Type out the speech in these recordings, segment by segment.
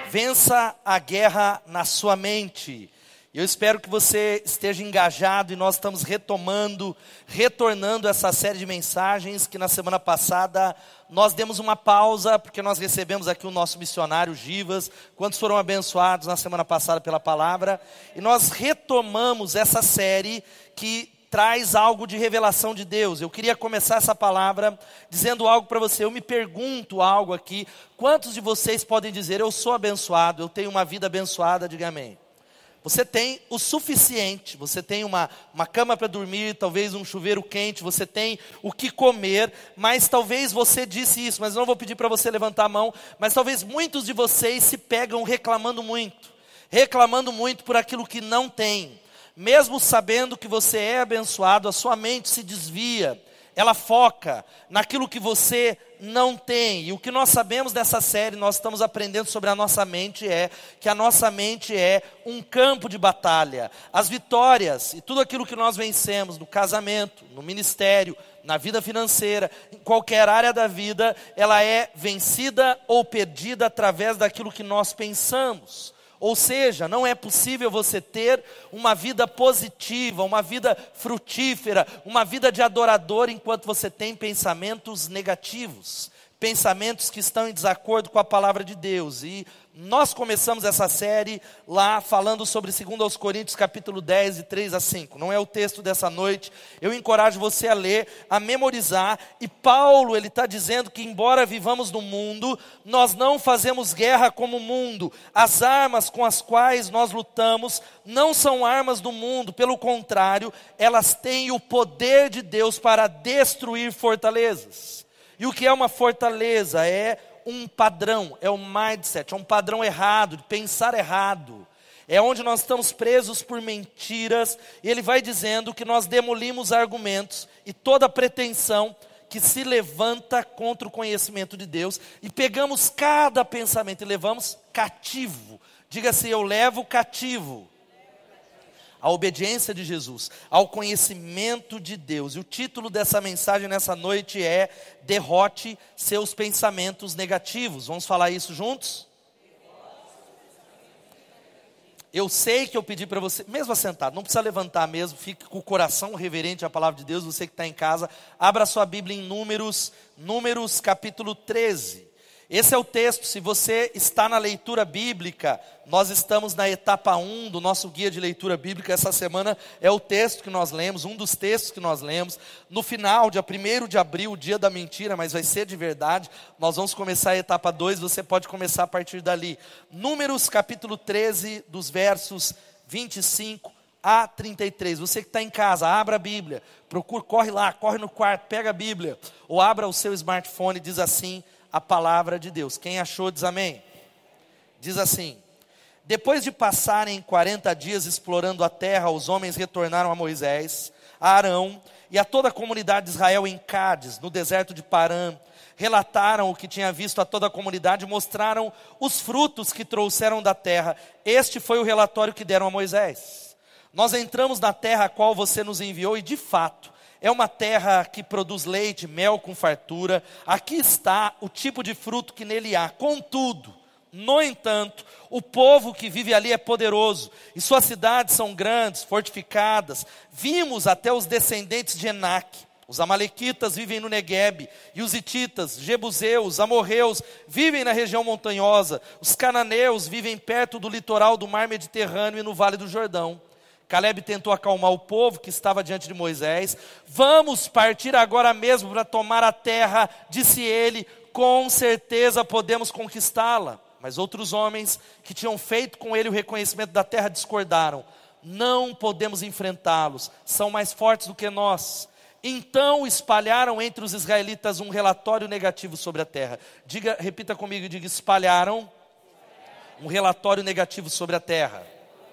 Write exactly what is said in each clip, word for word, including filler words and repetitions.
Vença a guerra na sua mente. Eu espero que você esteja engajado e nós estamos retomando, retornando essa série de mensagens que na semana passada nós demos uma pausa, porque nós recebemos aqui o nosso missionário Givas, quantos foram abençoados na semana passada pela palavra, e nós retomamos essa série que traz algo de revelação de Deus. Eu queria começar essa palavra dizendo algo para você. Eu me pergunto algo aqui, quantos de vocês podem dizer, eu sou abençoado, eu tenho uma vida abençoada? Diga amém. Você tem o suficiente, você tem uma, uma cama para dormir, talvez um chuveiro quente, você tem o que comer, mas talvez você disse isso, mas eu não vou pedir para você levantar a mão, mas talvez muitos de vocês se pegam reclamando muito, reclamando muito por aquilo que não tem. Mesmo sabendo que você é abençoado, a sua mente se desvia, ela foca naquilo que você não tem. E o que nós sabemos dessa série, nós estamos aprendendo sobre a nossa mente, é que a nossa mente é um campo de batalha. As vitórias e tudo aquilo que nós vencemos no casamento, no ministério, na vida financeira, em qualquer área da vida, ela é vencida ou perdida através daquilo que nós pensamos. Ou seja, não é possível você ter uma vida positiva, uma vida frutífera, uma vida de adorador enquanto você tem pensamentos negativos, pensamentos que estão em desacordo com a palavra de Deus. E nós começamos essa série lá falando sobre segundo aos Coríntios capítulo dez, de três a cinco. Não é o texto dessa noite, eu encorajo você a ler, a memorizar. E Paulo, ele está dizendo que embora vivamos no mundo, nós não fazemos guerra como o mundo. As armas com as quais nós lutamos não são armas do mundo, pelo contrário, elas têm o poder de Deus para destruir fortalezas. E o que é uma fortaleza? É um padrão, é um mindset, é um padrão errado, de pensar errado. É onde nós estamos presos por mentiras, e ele vai dizendo que nós demolimos argumentos e toda pretensão que se levanta contra o conhecimento de Deus, e pegamos cada pensamento e levamos cativo. Diga assim, eu levo cativo a obediência de Jesus, ao conhecimento de Deus. E o título dessa mensagem nessa noite é derrote seus pensamentos negativos. Vamos falar isso juntos? Eu sei que eu pedi para você, mesmo assentado, não precisa levantar mesmo, fique com o coração reverente à palavra de Deus. Você que está em casa, abra sua Bíblia em Números, Números capítulo treze. Esse é o texto. Se você está na leitura bíblica, nós estamos na etapa um do nosso guia de leitura bíblica. Essa semana é o texto que nós lemos, um dos textos que nós lemos. No final, dia primeiro de abril, o dia da mentira, mas vai ser de verdade, nós vamos começar a etapa dois, você pode começar a partir dali. Números capítulo treze, dos versos vinte e cinco a trinta e três. Você que está em casa, abra a Bíblia, procura, corre lá, corre no quarto, pega a Bíblia, ou abra o seu smartphone, diz assim a palavra de Deus. Quem achou diz amém. Diz assim: depois de passarem quarenta dias explorando a terra, os homens retornaram a Moisés, a Arão e a toda a comunidade de Israel em Cádiz, no deserto de Parã. Relataram o que tinha visto a toda a comunidade e mostraram os frutos que trouxeram da terra. Este foi o relatório que deram a Moisés. Nós entramos na terra a qual você nos enviou e de fato é uma terra que produz leite, mel com fartura. Aqui está o tipo de fruto que nele há. Contudo, no entanto, o povo que vive ali é poderoso, e suas cidades são grandes, fortificadas. Vimos até os descendentes de Enaque. Os amalequitas vivem no Neguebe, e os hititas, jebuseus, amorreus vivem na região montanhosa. Os cananeus vivem perto do litoral do mar Mediterrâneo e no vale do Jordão. Caleb tentou acalmar o povo que estava diante de Moisés. Vamos partir agora mesmo para tomar a terra, disse ele, com certeza podemos conquistá-la. Mas outros homens que tinham feito com ele o reconhecimento da terra discordaram. Não podemos enfrentá-los, são mais fortes do que nós. Então espalharam entre os israelitas um relatório negativo sobre a terra. Diga, repita comigo, diga, espalharam um relatório negativo sobre a terra,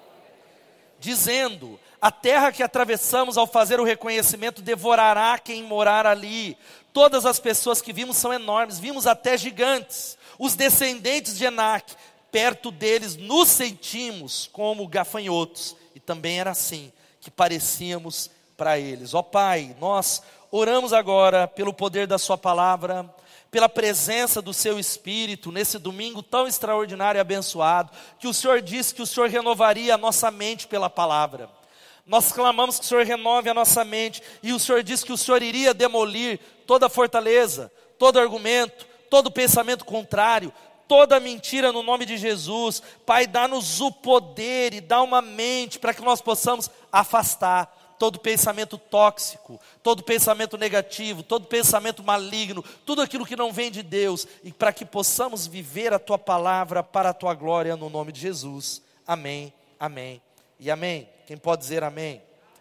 dizendo: a terra que atravessamos ao fazer o reconhecimento devorará quem morar ali. Todas as pessoas que vimos são enormes, vimos até gigantes. Os descendentes de Enaque, perto deles nos sentimos como gafanhotos. E também era assim que parecíamos para eles. Ó Pai, nós oramos agora pelo poder da sua palavra, pela presença do seu Espírito, nesse domingo tão extraordinário e abençoado, que o Senhor disse que o Senhor renovaria a nossa mente pela palavra. Nós clamamos que o Senhor renove a nossa mente, e o Senhor disse que o Senhor iria demolir toda fortaleza, todo argumento, todo pensamento contrário, toda mentira no nome de Jesus. Pai, dá-nos o poder e dá uma mente para que nós possamos afastar todo pensamento tóxico, todo pensamento negativo, todo pensamento maligno, tudo aquilo que não vem de Deus, e para que possamos viver a Tua palavra para a Tua glória, no nome de Jesus. Amém, amém e amém. Quem pode dizer amém?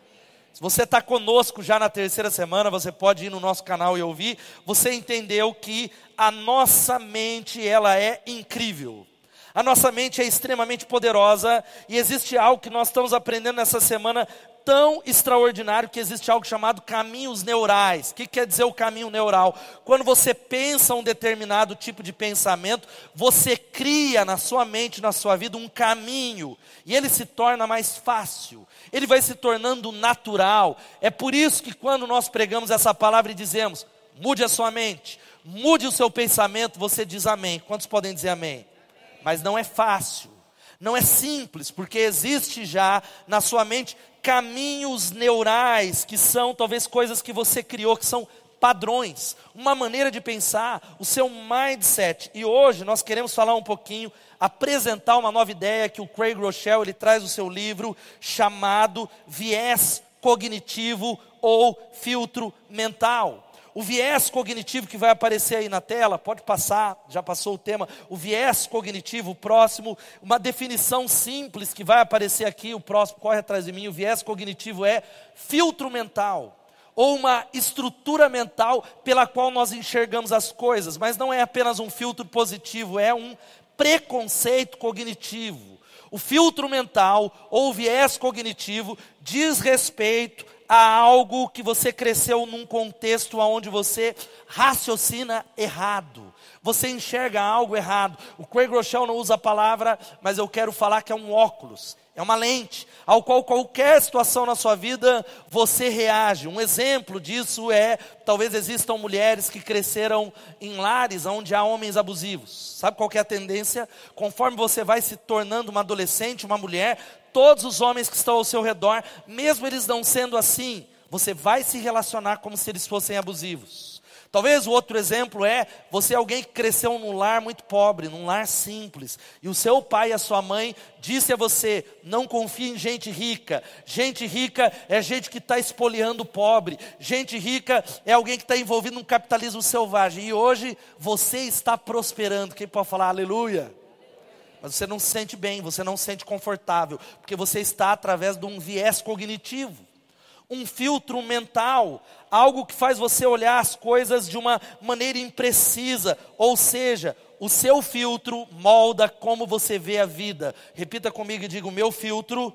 Se você está conosco já na terceira semana, você pode ir no nosso canal e ouvir. Você entendeu que a nossa mente, ela é incrível. A nossa mente é extremamente poderosa, e existe algo que nós estamos aprendendo nessa semana tão extraordinário, que existe algo chamado caminhos neurais. O que quer dizer o caminho neural? Quando você pensa um determinado tipo de pensamento, você cria na sua mente, na sua vida, um caminho, e ele se torna mais fácil, ele vai se tornando natural. É por isso que quando nós pregamos essa palavra e dizemos, mude a sua mente, mude o seu pensamento, você diz amém. Quantos podem dizer amém? Mas não é fácil, não é simples, porque existe já na sua mente caminhos neurais, que são talvez coisas que você criou, que são padrões, uma maneira de pensar, o seu mindset. E hoje nós queremos falar um pouquinho, apresentar uma nova ideia que o Craig Groeschel, ele traz no seu livro, chamado viés cognitivo ou filtro mental. O viés cognitivo que vai aparecer aí na tela, pode passar, já passou o tema. O viés cognitivo, o próximo, uma definição simples que vai aparecer aqui, o próximo, corre atrás de mim. O viés cognitivo é filtro mental, ou uma estrutura mental pela qual nós enxergamos as coisas. Mas não é apenas um filtro positivo, é um preconceito cognitivo. O filtro mental, ou viés cognitivo, diz respeito a algo que você cresceu num contexto onde você raciocina errado, você enxerga algo errado. O Craig Groeschel não usa a palavra, mas eu quero falar que é um óculos, é uma lente, ao qual qualquer situação na sua vida você reage. Um exemplo disso é, talvez existam mulheres que cresceram em lares onde há homens abusivos. Sabe qual que é a tendência? Conforme você vai se tornando uma adolescente, uma mulher, todos os homens que estão ao seu redor, mesmo eles não sendo assim, você vai se relacionar como se eles fossem abusivos. Talvez o outro exemplo é, você é alguém que cresceu num lar muito pobre, num lar simples, e o seu pai e a sua mãe disse a você, não confie em gente rica. Gente rica é gente que está espoliando o pobre. Gente rica é alguém que está envolvido num capitalismo selvagem. E hoje você está prosperando. Quem pode falar aleluia? Mas você não se sente bem, você não se sente confortável, porque você está através de um viés cognitivo, um filtro mental, algo que faz você olhar as coisas de uma maneira imprecisa, ou seja, o seu filtro molda como você vê a vida. Repita comigo e diga, o meu filtro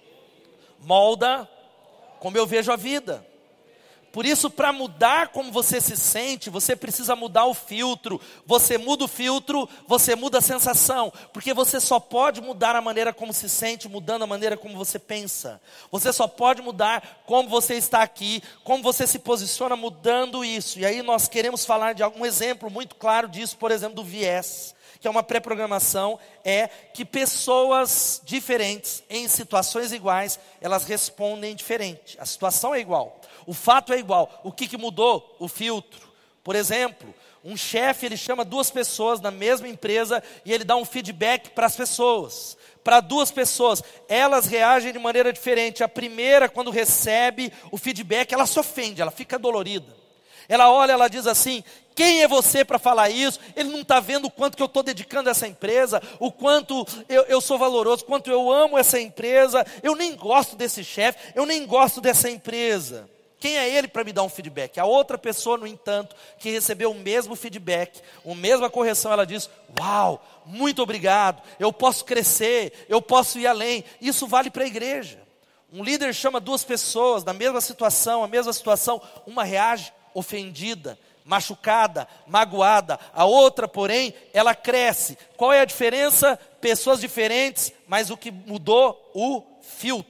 molda como eu vejo a vida. Por isso, para mudar como você se sente, você precisa mudar o filtro. Você muda o filtro, você muda a sensação. Porque você só pode mudar a maneira como se sente, mudando a maneira como você pensa. Você só pode mudar como você está aqui, como você se posiciona, mudando isso. E aí nós queremos falar de algum exemplo muito claro disso, por exemplo, do viés, que é uma pré-programação, é que pessoas diferentes, em situações iguais, elas respondem diferente. A situação é igual. O fato é igual. O que, que mudou? O filtro. Por exemplo, um chefe, ele chama duas pessoas na mesma empresa e ele dá um feedback para as pessoas. Para duas pessoas, elas reagem de maneira diferente. A primeira, quando recebe o feedback, ela se ofende, ela fica dolorida. Ela olha, ela diz assim, quem é você para falar isso? Ele não está vendo o quanto que eu estou dedicando a essa empresa, o quanto eu, eu sou valoroso, o quanto eu amo essa empresa, eu nem gosto desse chefe, eu nem gosto dessa empresa. Quem é ele para me dar um feedback? A outra pessoa, no entanto, que recebeu o mesmo feedback, a mesma correção, ela diz, uau, muito obrigado, eu posso crescer, eu posso ir além. Isso vale para a igreja. Um líder chama duas pessoas na mesma situação, a mesma situação, uma reage ofendida, machucada, magoada, a outra, porém, ela cresce. Qual é a diferença? Pessoas diferentes, mas o que mudou? O filtro.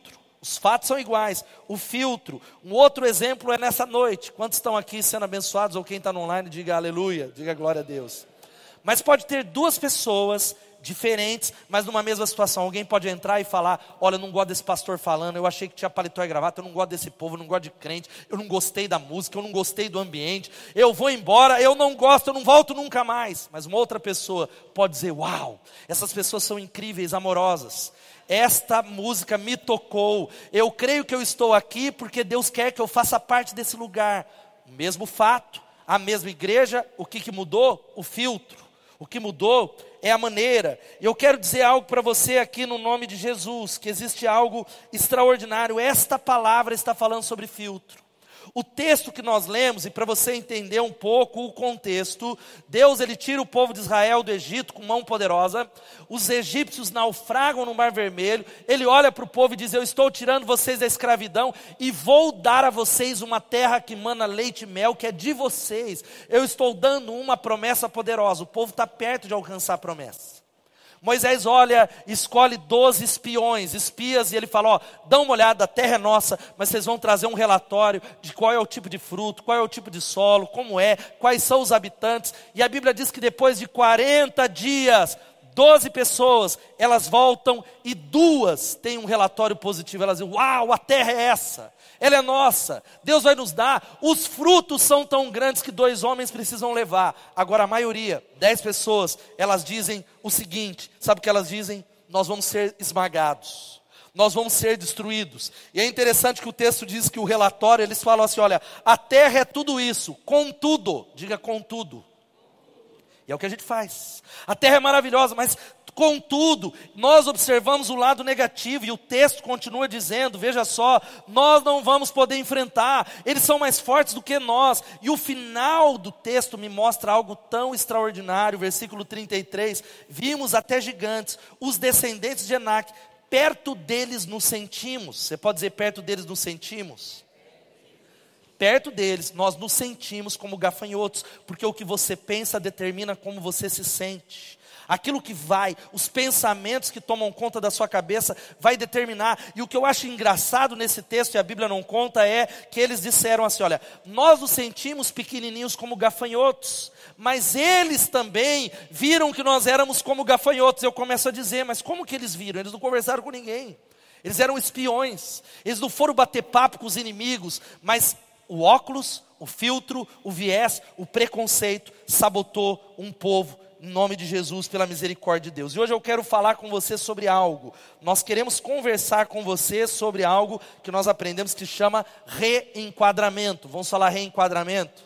Os fatos são iguais. O filtro. Um outro exemplo é nessa noite. Quantos estão aqui sendo abençoados? Ou quem está no online, diga aleluia, diga glória a Deus. Mas pode ter duas pessoas diferentes, mas numa mesma situação. Alguém pode entrar e falar, olha, eu não gosto desse pastor falando, eu achei que tinha paletó e gravata, eu não gosto desse povo, eu não gosto de crente, eu não gostei da música, eu não gostei do ambiente, eu vou embora, eu não gosto, eu não volto nunca mais. Mas uma outra pessoa pode dizer, uau, essas pessoas são incríveis, amorosas. Esta música me tocou, eu creio que eu estou aqui porque Deus quer que eu faça parte desse lugar. O mesmo fato, a mesma igreja, o que, que mudou? O filtro. O que mudou é a maneira. E eu quero dizer algo para você aqui no nome de Jesus, que existe algo extraordinário. Esta palavra está falando sobre filtro. O texto que nós lemos, e para você entender um pouco o contexto, Deus ele tira o povo de Israel do Egito com mão poderosa, os egípcios naufragam no Mar Vermelho, ele olha para o povo e diz, eu estou tirando vocês da escravidão e vou dar a vocês uma terra que mana leite e mel, que é de vocês. Eu estou dando uma promessa poderosa, o povo está perto de alcançar a promessa. Moisés olha, escolhe doze espiões, espias, e ele fala, ó, dá uma olhada, a terra é nossa, mas vocês vão trazer um relatório de qual é o tipo de fruto, qual é o tipo de solo, como é, quais são os habitantes. E a Bíblia diz que depois de quarenta dias, doze pessoas, elas voltam e duas têm um relatório positivo. Elas dizem, uau, a terra é essa, ela é nossa, Deus vai nos dar, os frutos são tão grandes que dois homens precisam levar. Agora a maioria, dez pessoas, elas dizem o seguinte, sabe o que elas dizem? Nós vamos ser esmagados, nós vamos ser destruídos. E é interessante que o texto diz que o relatório, eles falam assim, olha, a terra é tudo isso, contudo, diga contudo. E é o que a gente faz. A terra é maravilhosa, mas contudo, nós observamos o lado negativo, e o texto continua dizendo, veja só, nós não vamos poder enfrentar, eles são mais fortes do que nós. E o final do texto me mostra algo tão extraordinário, versículo trinta e três, vimos até gigantes, os descendentes de Enaque, perto deles nos sentimos. Você pode dizer, perto deles nos sentimos? Perto deles, nós nos sentimos como gafanhotos, porque o que você pensa determina como você se sente. Aquilo que vai, os pensamentos que tomam conta da sua cabeça, vai determinar. E o que eu acho engraçado nesse texto, e a Bíblia não conta, é que eles disseram assim, olha, nós nos sentimos pequenininhos como gafanhotos, mas eles também viram que nós éramos como gafanhotos. Eu começo a dizer, mas como que eles viram? Eles não conversaram com ninguém, eles eram espiões, eles não foram bater papo com os inimigos, mas o óculos, o filtro, o viés, o preconceito sabotou um povo, em nome de Jesus, pela misericórdia de Deus. E hoje eu quero falar com você sobre algo, nós queremos conversar com você sobre algo que nós aprendemos que chama reenquadramento. Vamos falar reenquadramento?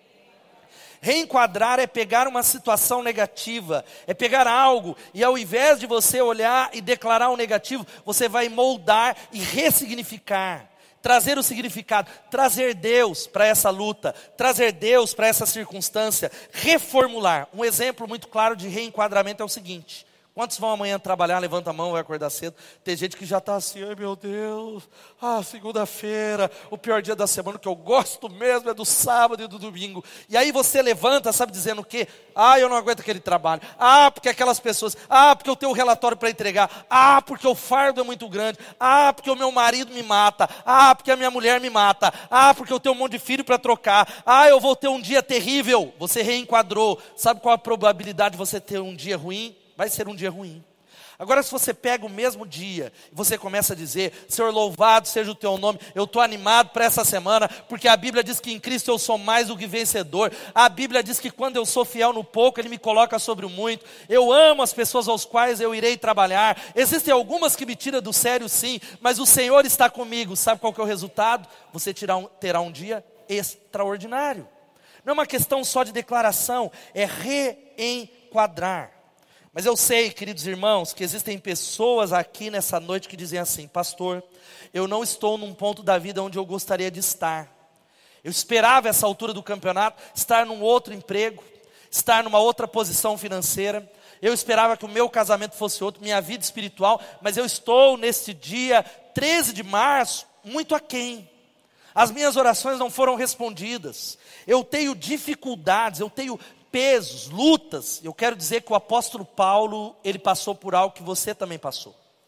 Reenquadrar é pegar uma situação negativa, é pegar algo, e ao invés de você olhar e declarar o negativo, você vai moldar e ressignificar. Trazer o significado, trazer Deus para essa luta, trazer Deus para essa circunstância, reformular. Um exemplo muito claro de reenquadramento é o seguinte, quantos vão amanhã trabalhar, levanta a mão, vai acordar cedo, tem gente que já está assim, ai meu Deus, ah, segunda-feira, o pior dia da semana, que eu gosto mesmo é do sábado e do domingo, e aí você levanta, sabe dizendo o quê? Ah, eu não aguento aquele trabalho, ah, porque aquelas pessoas, ah, porque eu tenho um relatório para entregar, ah, porque o fardo é muito grande, ah, porque o meu marido me mata, ah, porque a minha mulher me mata, ah, porque eu tenho um monte de filho para trocar, ah, eu vou ter um dia terrível. Você reenquadrou. Sabe qual a probabilidade de você ter um dia ruim? Vai ser um dia ruim. Agora, se você pega o mesmo dia, e você começa a dizer, Senhor, louvado seja o teu nome, eu estou animado para essa semana, porque a Bíblia diz que em Cristo eu sou mais do que vencedor, a Bíblia diz que quando eu sou fiel no pouco, Ele me coloca sobre o muito, eu amo as pessoas aos quais eu irei trabalhar, existem algumas que me tiram do sério sim, mas o Senhor está comigo. Sabe qual que é o resultado? Você terá um, terá um dia extraordinário. Não é uma questão só de declaração, é reenquadrar. Mas eu sei, queridos irmãos, que existem pessoas aqui nessa noite que dizem assim, pastor, eu não estou num ponto da vida onde eu gostaria de estar. Eu esperava essa altura do campeonato, estar num outro emprego, estar numa outra posição financeira. Eu esperava que o meu casamento fosse outro, minha vida espiritual, mas eu estou neste dia treze de março, muito aquém. As minhas orações não foram respondidas. Eu tenho dificuldades, eu tenho pesos, lutas. Eu quero dizer que o apóstolo Paulo, ele passou por algo que você também passou.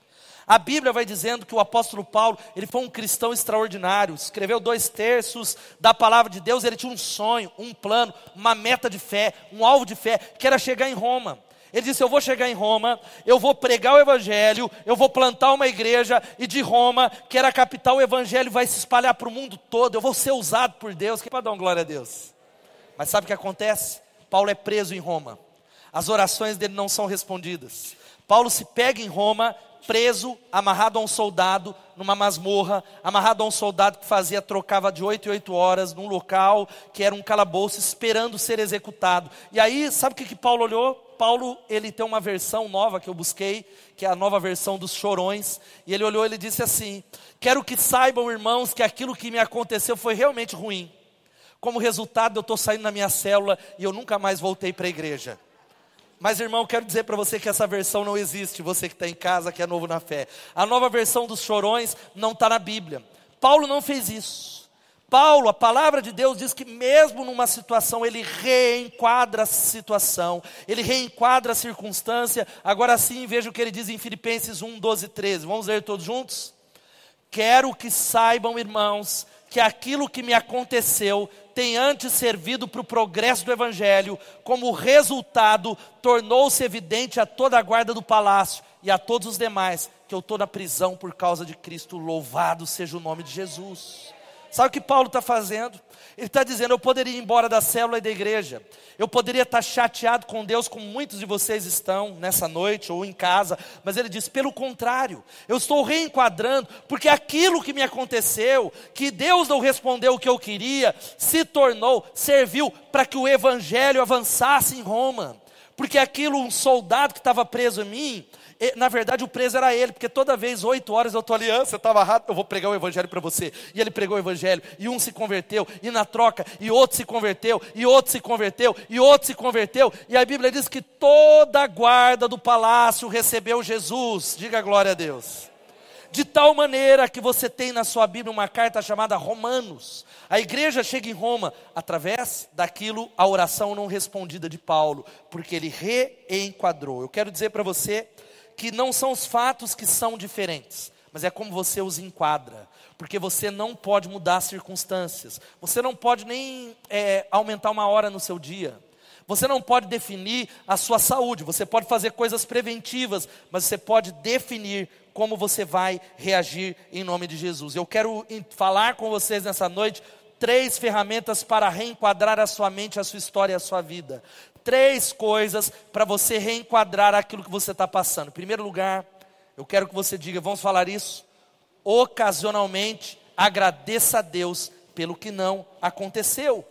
A Bíblia vai dizendo que o apóstolo Paulo, ele foi um cristão extraordinário, escreveu dois terços da palavra de Deus, ele tinha um sonho, um plano, uma meta de fé, um alvo de fé, que era chegar em Roma. Ele disse, eu vou chegar em Roma, eu vou pregar o evangelho, eu vou plantar uma igreja, e de Roma, que era a capital, o evangelho vai se espalhar para o mundo todo, eu vou ser usado por Deus. Quem pode dar uma glória a Deus? Mas sabe o que acontece? Paulo é preso em Roma, as orações dele não são respondidas. Paulo se pega em Roma, preso, amarrado a um soldado, numa masmorra, amarrado a um soldado que fazia, trocava de oito em oito horas, num local que era um calabouço, esperando ser executado. E aí, sabe o que, que Paulo olhou? Paulo, ele tem uma versão nova que eu busquei, que é a nova versão dos chorões, e ele olhou e ele disse assim, quero que saibam, irmãos, que aquilo que me aconteceu foi realmente ruim. Como resultado, eu estou saindo da minha célula, e eu nunca mais voltei para a igreja. Mas, irmão, quero dizer para você que essa versão não existe, você que está em casa, que é novo na fé. A nova versão dos chorões não está na Bíblia. Paulo não fez isso. Paulo, a palavra de Deus diz que mesmo numa situação, ele reenquadra a situação, ele reenquadra a circunstância. Agora sim, veja o que ele diz em Filipenses um, doze, treze. Vamos ler todos juntos? Quero que saibam, irmãos, que aquilo que me aconteceu tem antes servido para o progresso do evangelho, como resultado tornou-se evidente a toda a guarda do palácio e a todos os demais, que eu estou na prisão por causa de Cristo, louvado seja o nome de Jesus. Sabe o que Paulo está fazendo? Ele está dizendo, eu poderia ir embora da célula e da igreja, eu poderia estar chateado com Deus, como muitos de vocês estão nessa noite ou em casa, mas ele diz, pelo contrário, eu estou reenquadrando, porque aquilo que me aconteceu, que Deus não respondeu o que eu queria, se tornou, serviu para que o evangelho avançasse em Roma, porque aquilo, um soldado que estava preso em mim, na verdade o preso era ele, porque toda vez, oito horas eu estou ali, ah, você estava errado, eu vou pregar o evangelho para você, e ele pregou o evangelho, e um se converteu, e na troca, e outro se converteu, e outro se converteu, e outro se converteu, e a Bíblia diz que toda a guarda do palácio recebeu Jesus, diga glória a Deus. De tal maneira que você tem na sua Bíblia uma carta chamada Romanos. A igreja chega em Roma através daquilo, a oração não respondida de Paulo, porque ele reenquadrou. Eu quero dizer para você que não são os fatos que são diferentes, mas é como você os enquadra, porque você não pode mudar as circunstâncias, você não pode nem é, aumentar uma hora no seu dia, você não pode definir a sua saúde, você pode fazer coisas preventivas, mas você pode definir como você vai reagir em nome de Jesus. Eu quero falar com vocês nessa noite três ferramentas para reenquadrar a sua mente, a sua história e a sua vida. Três coisas para você reenquadrar aquilo que você está passando. Em primeiro lugar, eu quero que você diga, vamos falar isso? Ocasionalmente, agradeça a Deus pelo que não aconteceu.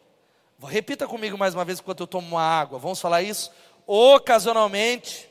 Repita comigo mais uma vez enquanto eu tomo uma água. Vamos falar isso? Ocasionalmente.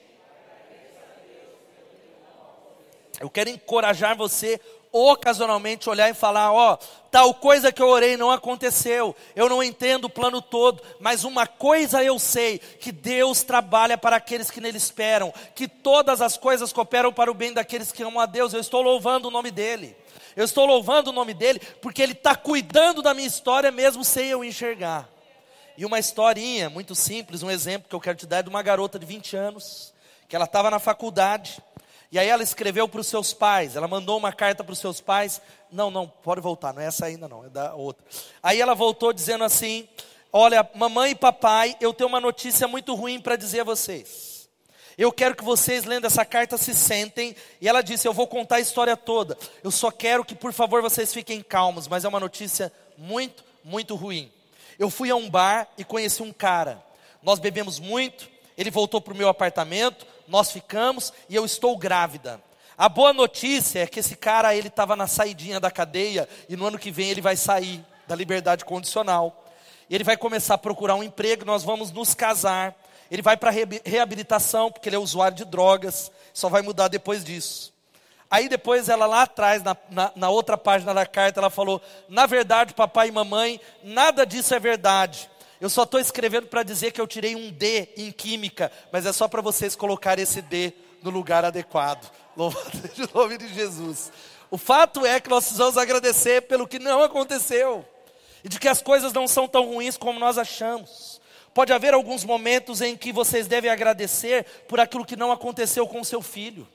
Eu quero encorajar você ocasionalmente olhar e falar, ó, tal coisa que eu orei não aconteceu, eu não entendo o plano todo, mas uma coisa eu sei, que Deus trabalha para aqueles que nele esperam, que todas as coisas cooperam para o bem daqueles que amam a Deus. Eu estou louvando o nome dele, eu estou louvando o nome dele, porque ele está cuidando da minha história mesmo sem eu enxergar. E uma historinha muito simples, um exemplo que eu quero te dar é de uma garota de vinte anos, que ela estava na faculdade, e aí ela escreveu para os seus pais, ela mandou uma carta para os seus pais, não, não, pode voltar, não é essa ainda não, é da outra. Aí ela voltou dizendo assim, olha, mamãe e papai, eu tenho uma notícia muito ruim para dizer a vocês. Eu quero que vocês, lendo essa carta, se sentem, e ela disse, eu vou contar a história toda, eu só quero que por favor vocês fiquem calmos, mas é uma notícia muito, muito ruim. Eu fui a um bar e conheci um cara, nós bebemos muito, ele voltou para o meu apartamento, nós ficamos e eu estou grávida. A boa notícia é que esse cara, ele estava na saidinha da cadeia e no ano que vem ele vai sair da liberdade condicional. Ele vai começar a procurar um emprego, nós vamos nos casar. Ele vai para reabilitação porque ele é usuário de drogas, só vai mudar depois disso. Aí depois ela lá atrás, na, na, na outra página da carta, ela falou, na verdade papai e mamãe, nada disso é verdade. Eu só estou escrevendo para dizer que eu tirei um D em química, mas é só para vocês colocarem esse D no lugar adequado. Louvado seja o nome de Jesus. O fato é que nós precisamos agradecer pelo que não aconteceu. E de que as coisas não são tão ruins como nós achamos. Pode haver alguns momentos em que vocês devem agradecer por aquilo que não aconteceu com o seu filho.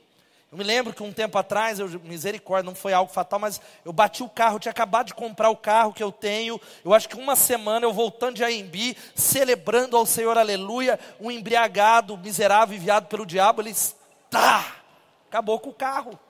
Eu me lembro que um tempo atrás, eu, misericórdia, não foi algo fatal, mas eu bati o carro, eu tinha acabado de comprar o carro que eu tenho. Eu acho que uma semana eu voltando de A M B, celebrando ao Senhor, aleluia, um embriagado, miserável, enviado pelo diabo, ele tá, acabou com o carro.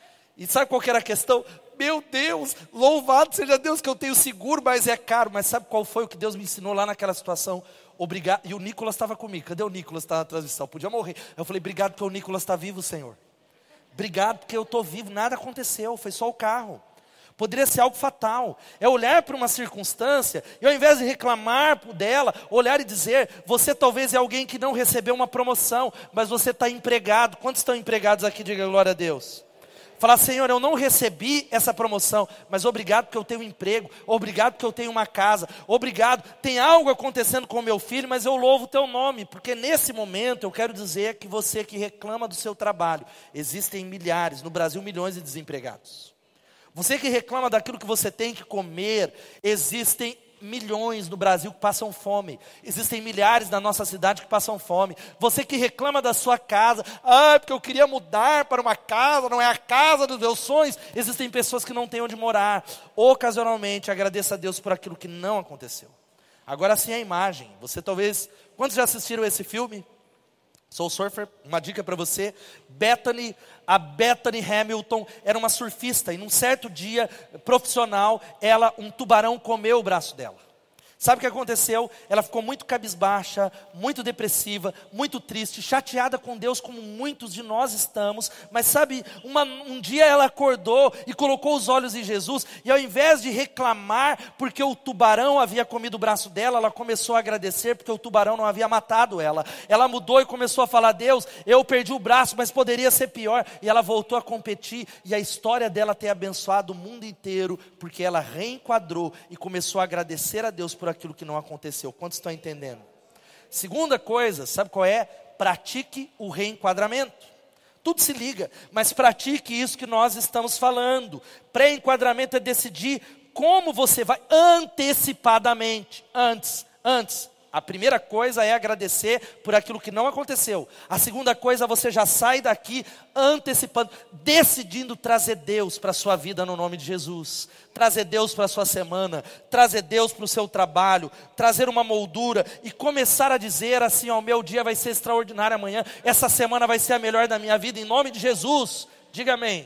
E sabe qual que era a questão? Meu Deus, louvado seja Deus que eu tenho seguro, mas é caro. Mas sabe qual foi o que Deus me ensinou lá naquela situação? Obrigado. E o Nicolas estava comigo. Cadê o Nicolas? Está na transmissão, podia morrer. Eu falei, obrigado porque o Nicolas está vivo, Senhor. Obrigado porque eu estou vivo, nada aconteceu, foi só o carro. Poderia ser algo fatal. É olhar para uma circunstância e ao invés de reclamar dela, olhar e dizer, você talvez é alguém que não recebeu uma promoção, mas você está empregado. Quantos estão empregados aqui? Diga glória a Deus. Falar, Senhor, eu não recebi essa promoção, mas obrigado porque eu tenho um emprego, obrigado porque eu tenho uma casa, obrigado, tem algo acontecendo com o meu filho, mas eu louvo o teu nome, porque nesse momento eu quero dizer que você que reclama do seu trabalho, existem milhares, no Brasil milhões de desempregados. Você que reclama daquilo que você tem que comer, existem milhões no Brasil que passam fome. Existem milhares na nossa cidade que passam fome. Você que reclama da sua casa, ah, porque eu queria mudar para uma casa, não é a casa dos meus sonhos. Existem pessoas que não têm onde morar. Ocasionalmente, agradeça a Deus por aquilo que não aconteceu. Agora sim a imagem. Você talvez, quantos já assistiram esse filme? Soul Surfer, uma dica para você. Bethany, a Bethany Hamilton era uma surfista e num certo dia profissional, ela, um tubarão comeu o braço dela. Sabe o que aconteceu? Ela ficou muito cabisbaixa, muito depressiva, muito triste, chateada com Deus, como muitos de nós estamos. Mas sabe, uma, um dia ela acordou e colocou os olhos em Jesus. E ao invés de reclamar porque o tubarão havia comido o braço dela, ela começou a agradecer porque o tubarão não havia matado ela. Ela mudou e começou a falar, Deus, eu perdi o braço, mas poderia ser pior. E ela voltou a competir e a história dela tem abençoado o mundo inteiro, porque ela reenquadrou e começou a agradecer a Deus por aquilo que não aconteceu. Quantos estão entendendo? Segunda coisa, sabe qual é? Pratique o reenquadramento. Tudo se liga, mas pratique isso que nós estamos falando. Pré-enquadramento é decidir como você vai antecipadamente, antes, antes. A primeira coisa é agradecer por aquilo que não aconteceu. A segunda coisa, você já sai daqui antecipando, decidindo trazer Deus para a sua vida no nome de Jesus. Trazer Deus para a sua semana, trazer Deus para o seu trabalho, trazer uma moldura e começar a dizer assim, ó, o meu dia vai ser extraordinário amanhã, essa semana vai ser a melhor da minha vida, em nome de Jesus. Diga amém.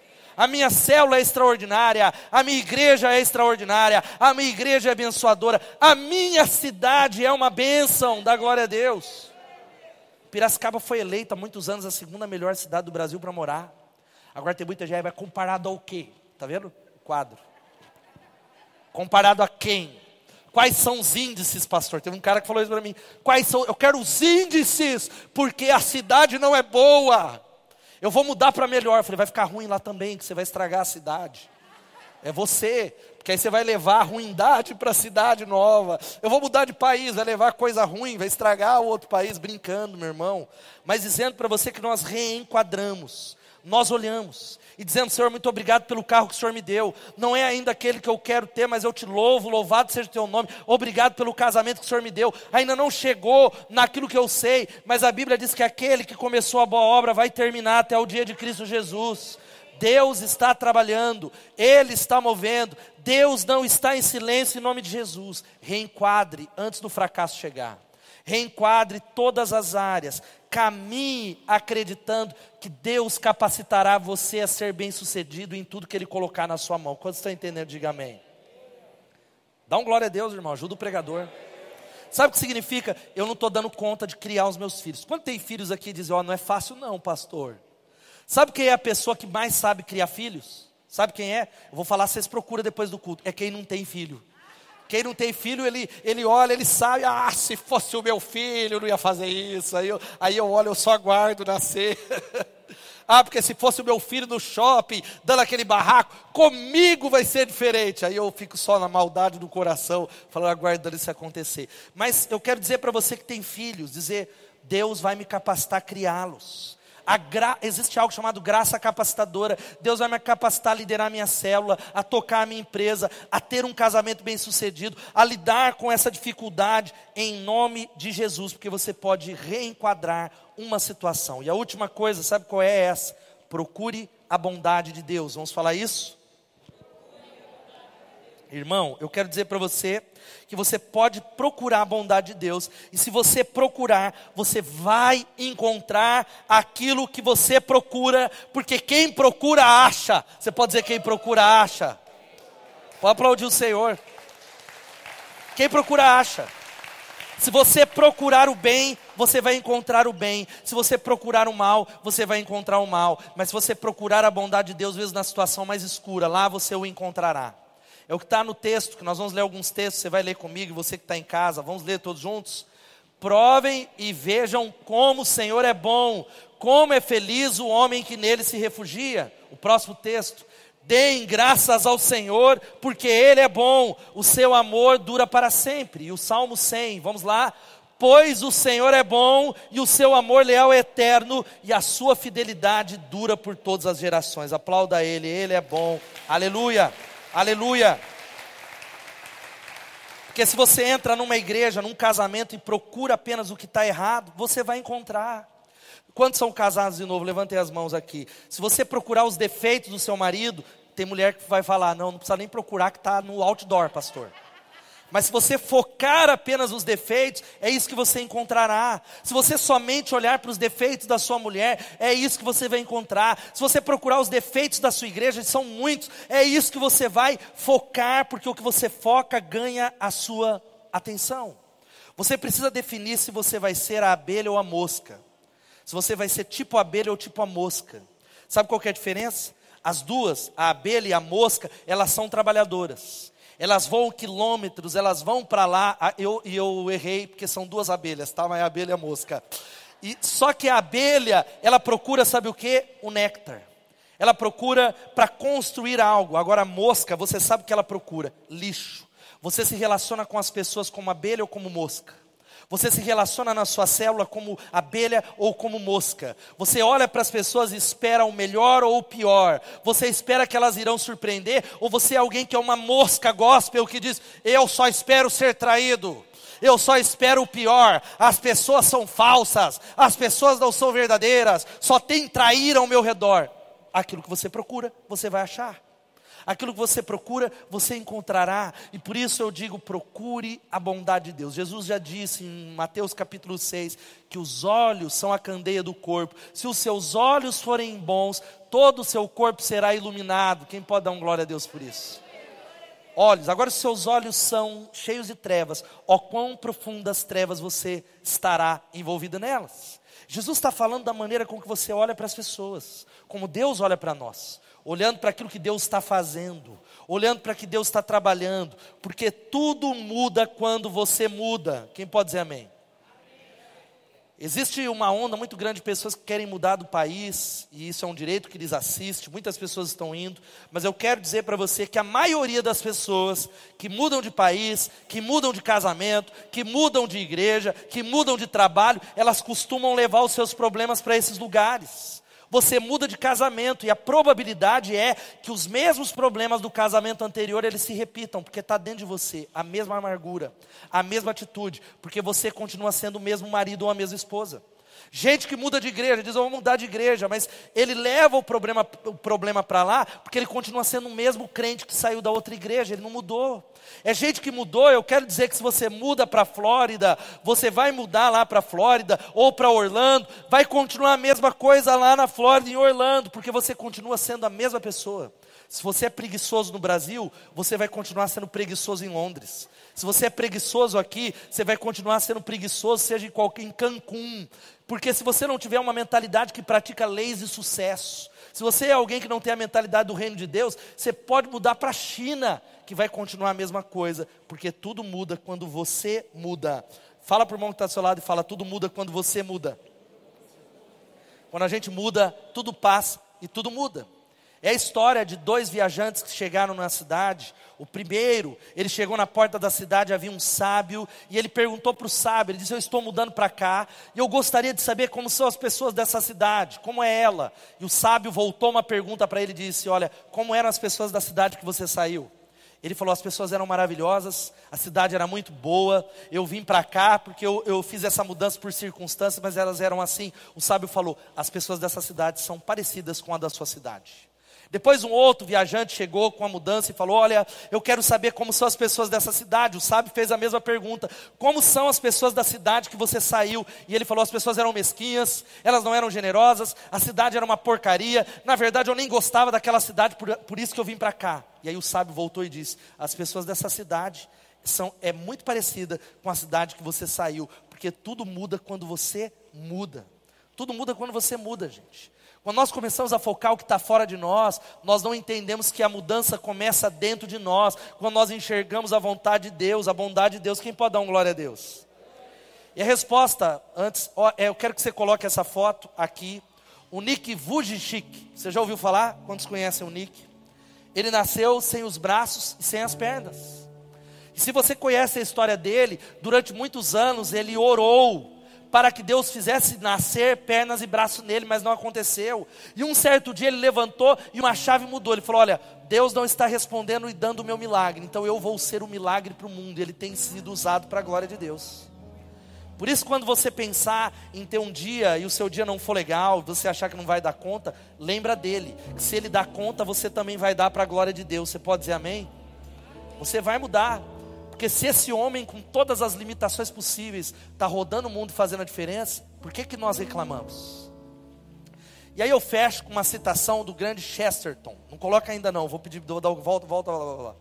A minha célula é extraordinária, a minha igreja é extraordinária, a minha igreja é abençoadora, a minha cidade é uma bênção, dá glória a Deus. Piracicaba foi eleita há muitos anos a segunda melhor cidade do Brasil para morar. Agora tem muita gente, vai comparado ao quê? Está vendo o quadro? Comparado a quem? Quais são os índices, pastor? Teve um cara que falou isso para mim. Quais são? Eu quero os índices, porque a cidade não é boa. Eu vou mudar para melhor. Eu falei, vai ficar ruim lá também, que você vai estragar a cidade. É você, porque aí você vai levar a ruindade para a cidade nova. Eu vou mudar de país, vai levar coisa ruim, vai estragar o outro país, brincando, meu irmão. Mas dizendo para você que nós reenquadramos, nós olhamos e dizemos, Senhor, muito obrigado pelo carro que o Senhor me deu. Não é ainda aquele que eu quero ter, mas eu te louvo, louvado seja o teu nome. Obrigado pelo casamento que o Senhor me deu. Ainda não chegou naquilo que eu sei, mas a Bíblia diz que aquele que começou a boa obra vai terminar até o dia de Cristo Jesus. Deus está trabalhando, Ele está movendo, Deus não está em silêncio em nome de Jesus. Reenquadre antes do fracasso chegar. Reenquadre todas as áreas. Caminhe acreditando que Deus capacitará você a ser bem sucedido em tudo que Ele colocar na sua mão. Quantos estão entendendo? Diga amém. Dá um glória a Deus, irmão, ajuda o pregador. Sabe o que significa? Eu não estou dando conta de criar os meus filhos. Quando tem filhos aqui, dizem, ó, oh, não é fácil não, pastor. Sabe quem é a pessoa que mais sabe criar filhos? Sabe quem é? Eu vou falar, vocês procuram depois do culto. É quem não tem filho. Quem não tem filho, ele, ele olha, ele sabe, ah, se fosse o meu filho, eu não ia fazer isso. Aí eu, aí eu olho, eu só aguardo nascer. Ah, porque se fosse o meu filho no shopping, dando aquele barraco, comigo vai ser diferente. Aí eu fico só na maldade do coração, falando, aguardando isso acontecer. Mas eu quero dizer para você que tem filhos, dizer, Deus vai me capacitar a criá-los. A gra... Existe algo chamado graça capacitadora. Deus vai me capacitar a liderar a minha célula, a tocar a minha empresa, a ter um casamento bem sucedido, a lidar com essa dificuldade em nome de Jesus, porque você pode reenquadrar uma situação. E a última coisa, sabe qual é essa? procure a bondade de Deus. Vamos falar isso? Irmão, eu quero dizer para você que você pode procurar a bondade de Deus. E se você procurar, você vai encontrar aquilo que você procura. Porque quem procura, acha. Você pode dizer quem procura, acha. Pode aplaudir o Senhor. Quem procura, acha. Se você procurar o bem, você vai encontrar o bem. Se você procurar o mal, você vai encontrar o mal. Mas se você procurar a bondade de Deus, mesmo na situação mais escura, lá você o encontrará. É o que está no texto, que nós vamos ler alguns textos, você vai ler comigo, você que está em casa, vamos ler todos juntos? Provem e vejam como o Senhor é bom, como é feliz o homem que nele se refugia. O próximo texto: deem graças ao Senhor, porque Ele é bom, o seu amor dura para sempre. E o Salmo cem, vamos lá? Pois o Senhor é bom, e o seu amor leal é eterno, e a sua fidelidade dura por todas as gerações. Aplauda a Ele, Ele é bom, aleluia. Aleluia. Porque se você entra numa igreja, num casamento e procura apenas o que está errado, você vai encontrar. Quantos são casados de novo? Levantem as mãos aqui. Se você procurar os defeitos do seu marido, tem mulher que vai falar, não, não precisa nem procurar, que está no outdoor, pastor. Mas se você focar apenas nos defeitos, é isso que você encontrará. Se você somente olhar para os defeitos da sua mulher, é isso que você vai encontrar. Se você procurar os defeitos da sua igreja, são muitos, é isso que você vai focar, porque o que você foca ganha a sua atenção. Você precisa definir se você vai ser a abelha ou a mosca. Se você vai ser tipo a abelha ou tipo a mosca. Sabe qual que é a diferença? As duas, a abelha e a mosca, elas são trabalhadoras. Elas voam quilômetros, elas vão para lá, e eu, eu errei, porque são duas abelhas, tá? Mas é a abelha e a mosca. E, só que a abelha, ela procura, sabe o que? O néctar. Ela procura para construir algo. Agora a mosca, você sabe o que ela procura? Lixo. Você se relaciona com as pessoas como abelha ou como mosca? Você se relaciona na sua célula como abelha ou como mosca? Você olha para as pessoas e espera o melhor ou o pior? Você espera que elas irão surpreender? Ou você é alguém que é uma mosca gospel que diz, eu só espero ser traído, eu só espero o pior, as pessoas são falsas, as pessoas não são verdadeiras, só tem traíra ao meu redor? Aquilo que você procura, você vai achar. Aquilo que você procura, você encontrará. E por isso eu digo, procure a bondade de Deus. Jesus já disse em Mateus capítulo seis, que os olhos são a candeia do corpo. Se os seus olhos forem bons, todo o seu corpo será iluminado. Quem pode dar um glória a Deus por isso? Olhos, agora os seus olhos são cheios de trevas, ó quão profundas trevas você estará envolvido nelas. Jesus está falando da maneira com que você olha para as pessoas, como Deus olha para nós. Olhando para aquilo que Deus está fazendo, olhando para que Deus está trabalhando, porque tudo muda quando você muda. Quem pode dizer amém? Amém? Existe uma onda muito grande de pessoas que querem mudar do país, e isso é um direito que lhes assiste, muitas pessoas estão indo, mas eu quero dizer para você que a maioria das pessoas que mudam de país, que mudam de casamento, que mudam de igreja, que mudam de trabalho, elas costumam levar os seus problemas para esses lugares. Você muda de casamento e a probabilidade é que os mesmos problemas do casamento anterior, eles se repitam, porque está dentro de você a mesma amargura, a mesma atitude, porque você continua sendo o mesmo marido ou a mesma esposa. Gente que muda de igreja, diz, eu vou mudar de igreja, mas ele leva o problema, o problema para lá, porque ele continua sendo o mesmo crente que saiu da outra igreja, ele não mudou. É gente que mudou, eu quero dizer que se você muda para a Flórida, você vai mudar lá para a Flórida, ou para Orlando, vai continuar a mesma coisa lá na Flórida, em Orlando, porque você continua sendo a mesma pessoa. Se você é preguiçoso no Brasil, você vai continuar sendo preguiçoso em Londres. Se você é preguiçoso aqui, você vai continuar sendo preguiçoso, seja em, qualquer, em Cancún. Porque se você não tiver uma mentalidade que pratica leis de sucesso, se você é alguém que não tem a mentalidade do reino de Deus, você pode mudar para a China, que vai continuar a mesma coisa, porque tudo muda quando você muda. Fala para o irmão que está do seu lado e fala, tudo muda quando você muda. Quando a gente muda, tudo passa e tudo muda. É a história de dois viajantes que chegaram na cidade. O primeiro, ele chegou na porta da cidade, havia um sábio, e ele perguntou para o sábio, ele disse, eu estou mudando para cá, e eu gostaria de saber como são as pessoas dessa cidade, como é ela? E o sábio voltou uma pergunta para ele e disse, olha, como eram as pessoas da cidade que você saiu? Ele falou, as pessoas eram maravilhosas, a cidade era muito boa, eu vim para cá porque eu, eu fiz essa mudança por circunstâncias, mas elas eram assim. O sábio falou, as pessoas dessa cidade são parecidas com a da sua cidade. Depois um outro viajante chegou com a mudança e falou, olha, eu quero saber como são as pessoas dessa cidade. O sábio fez a mesma pergunta, como são as pessoas da cidade que você saiu? E ele falou, as pessoas eram mesquinhas, elas não eram generosas, a cidade era uma porcaria, na verdade eu nem gostava daquela cidade, por, por isso que eu vim para cá. E aí o sábio voltou e disse, as pessoas dessa cidade são, é muito parecida com a cidade que você saiu, porque tudo muda quando você muda. Tudo muda quando você muda, gente. Quando nós começamos a focar o que está fora de nós, nós não entendemos que a mudança começa dentro de nós. Quando nós enxergamos a vontade de Deus, a bondade de Deus, quem pode dar um glória a Deus? E a resposta, antes, ó, é, eu quero que você coloque essa foto aqui. O Nick Vujicic, você já ouviu falar? Quantos conhecem o Nick? Ele nasceu sem os braços e sem as pernas. E se você conhece a história dele, durante muitos anos ele orou para que Deus fizesse nascer pernas e braços nele, mas não aconteceu. E um certo dia ele levantou e uma chave mudou. Ele falou, olha, Deus não está respondendo e dando o meu milagre, então eu vou ser um milagre para o mundo. E ele tem sido usado para a glória de Deus. Por isso, quando você pensar em ter um dia e o seu dia não for legal, você achar que não vai dar conta, lembra dele, que se ele dá conta, você também vai dar para a glória de Deus. Você pode dizer amém? Você vai mudar. Porque se esse homem com todas as limitações possíveis está rodando o mundo e fazendo a diferença, por que que nós reclamamos? E aí eu fecho com uma citação do grande Chesterton. Não coloca ainda não, vou pedir, vou dar volta, volta, volta, volta.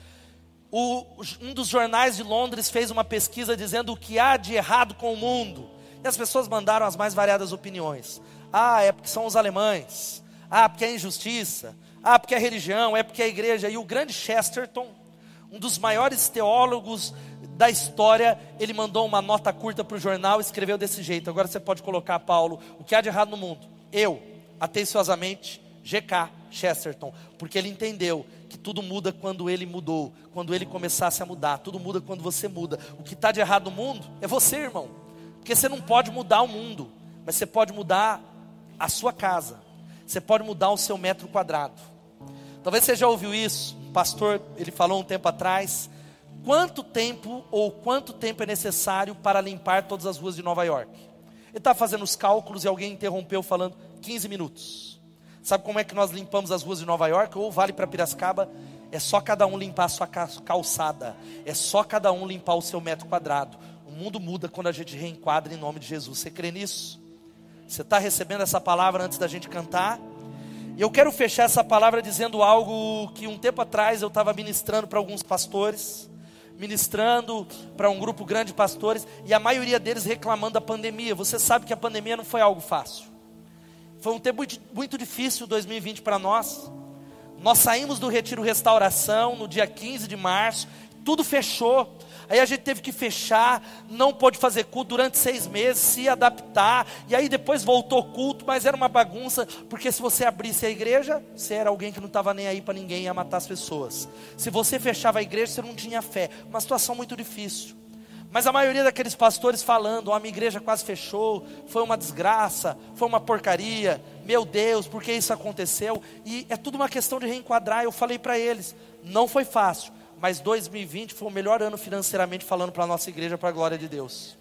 O, um dos jornais de Londres fez uma pesquisa dizendo o que há de errado com o mundo. E as pessoas mandaram as mais variadas opiniões. Ah, é porque são os alemães. Ah, porque é injustiça. Ah, porque é religião, é porque é igreja. E o grande Chesterton, um dos maiores teólogos da história, ele mandou uma nota curta para o jornal e escreveu desse jeito. Agora você pode colocar, Paulo, o que há de errado no mundo? Eu, atenciosamente, G K Chesterton, porque ele entendeu que tudo muda quando ele mudou, quando ele começasse a mudar. Tudo muda quando você muda. O que está de errado no mundo é você, irmão, porque você não pode mudar o mundo, mas você pode mudar a sua casa, você pode mudar o seu metro quadrado. Talvez você já ouviu isso. Um pastor, ele falou um tempo atrás, quanto tempo ou quanto tempo é necessário para limpar todas as ruas de Nova York? Ele estava fazendo os cálculos e alguém interrompeu falando, quinze minutos. Sabe como é que nós limpamos as ruas de Nova York? Ou vale para Piracicaba, é só cada um limpar a sua calçada, é só cada um limpar o seu metro quadrado. O mundo muda quando a gente reenquadra em nome de Jesus. Você crê nisso? Você está recebendo essa palavra antes da gente cantar? E eu quero fechar essa palavra dizendo algo que um tempo atrás eu estava ministrando para alguns pastores, ministrando para um grupo grande de pastores, e a maioria deles reclamando da pandemia. Você sabe que a pandemia não foi algo fácil. Foi um tempo muito, muito difícil, dois mil e vinte para nós. Nós saímos do Retiro Restauração no dia quinze de março, tudo fechou. Aí a gente teve que fechar, não pôde fazer culto durante seis meses, se adaptar. E aí depois voltou culto, mas era uma bagunça. Porque se você abrisse a igreja, você era alguém que não estava nem aí para ninguém, ia matar as pessoas. Se você fechava a igreja, você não tinha fé. Uma situação muito difícil. Mas a maioria daqueles pastores falando, a minha igreja quase fechou, foi uma desgraça, foi uma porcaria. Meu Deus, por que isso aconteceu? E é tudo uma questão de reenquadrar. Eu falei para eles, não foi fácil. Mas dois mil e vinte foi o melhor ano financeiramente falando para a nossa igreja, para a glória de Deus.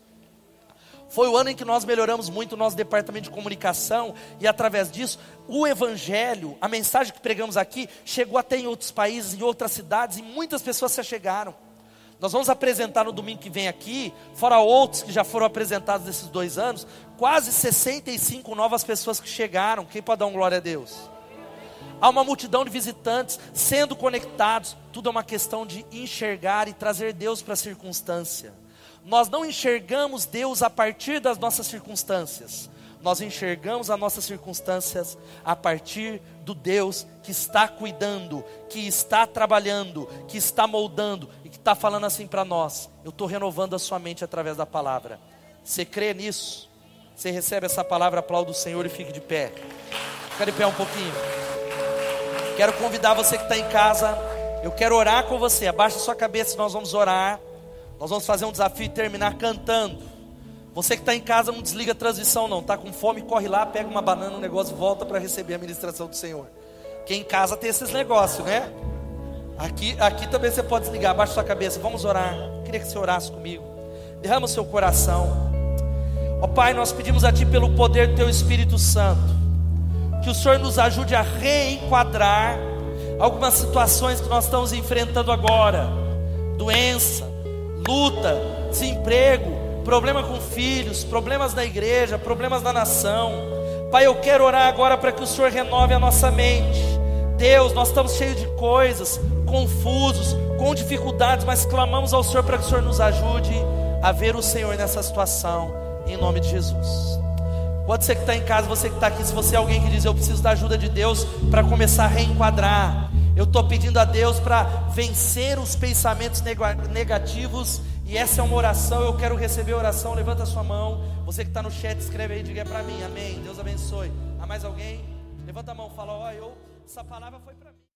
Foi o ano em que nós melhoramos muito o nosso departamento de comunicação. E através disso, o evangelho, a mensagem que pregamos aqui, chegou até em outros países, em outras cidades. E muitas pessoas se achegaram. Nós vamos apresentar no domingo que vem aqui, fora outros que já foram apresentados nesses dois anos, quase sessenta e cinco novas pessoas que chegaram. Quem pode dar um glória a Deus? Há uma multidão de visitantes sendo conectados. Tudo é uma questão de enxergar e trazer Deus para a circunstância. Nós não enxergamos Deus a partir das nossas circunstâncias. Nós enxergamos as nossas circunstâncias a partir do Deus que está cuidando, que está trabalhando, que está moldando e que está falando assim para nós. Eu estou renovando a sua mente através da palavra. Você crê nisso? Você recebe essa palavra, aplauda o Senhor e fique de pé. Fica de pé um pouquinho. Quero convidar você que está em casa, eu quero orar com você. Abaixa sua cabeça e nós vamos orar. Nós vamos fazer um desafio e terminar cantando. Você que está em casa, não desliga a transmissão não. Está com fome, corre lá, pega uma banana, um negócio e volta para receber a ministração do Senhor. Quem em casa tem esses negócios, né? Aqui, aqui também você pode desligar, abaixa sua cabeça, vamos orar. Eu queria que você orasse comigo. Derrama o seu coração. Ó Pai, nós pedimos a Ti pelo poder do Teu Espírito Santo, que o Senhor nos ajude a reenquadrar algumas situações que nós estamos enfrentando agora. Doença, luta, desemprego, problema com filhos, problemas na igreja, problemas na nação. Pai, eu quero orar agora para que o Senhor renove a nossa mente. Deus, nós estamos cheios de coisas, confusos, com dificuldades, mas clamamos ao Senhor para que o Senhor nos ajude a ver o Senhor nessa situação, em nome de Jesus. Pode ser que está em casa, você que está aqui, se você é alguém que diz, eu preciso da ajuda de Deus para começar a reenquadrar, eu estou pedindo a Deus para vencer os pensamentos negativos, e essa é uma oração, eu quero receber a oração. Levanta a sua mão. Você que está no chat, escreve aí, diga para mim, amém, Deus abençoe. Há mais alguém? Levanta a mão, fala, ó, eu, essa palavra foi para mim.